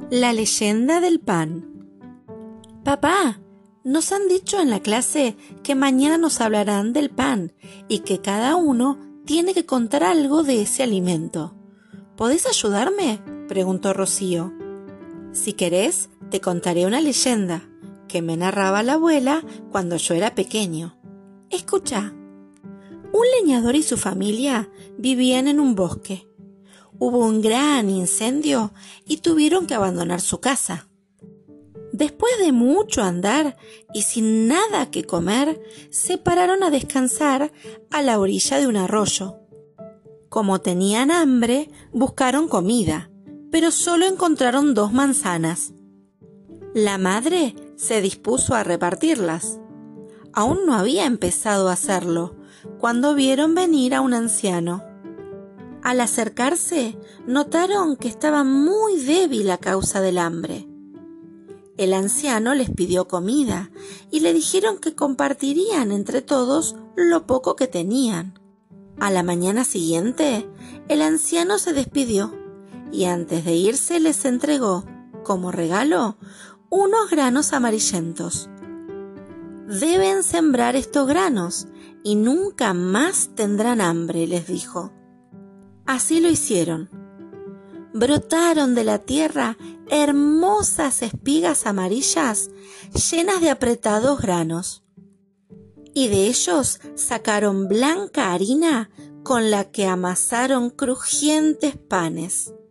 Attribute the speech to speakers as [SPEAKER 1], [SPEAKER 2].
[SPEAKER 1] La leyenda del pan. Papá, nos han dicho en la clase que mañana nos hablarán del pan y que cada uno tiene que contar algo de ese alimento. ¿Podés ayudarme?, preguntó Rocío. Si querés, te contaré una leyenda que me narraba la abuela cuando yo era pequeño. Escucha. Un leñador y su familia vivían en un bosque. Hubo un gran incendio y tuvieron que abandonar su casa. Después de mucho andar y sin nada que comer, se pararon a descansar a la orilla de un arroyo. Como tenían hambre, buscaron comida, pero solo encontraron 2 manzanas. La madre se dispuso a repartirlas. Aún no había empezado a hacerlo cuando vieron venir a un anciano. Al acercarse, notaron que estaba muy débil a causa del hambre. El anciano les pidió comida y le dijeron que compartirían entre todos lo poco que tenían. A la mañana siguiente, el anciano se despidió y antes de irse les entregó, como regalo, unos granos amarillentos. Deben sembrar estos granos y nunca más tendrán hambre, les dijo. Así lo hicieron. Brotaron de la tierra hermosas espigas amarillas llenas de apretados granos. Y de ellos sacaron blanca harina con la que amasaron crujientes panes.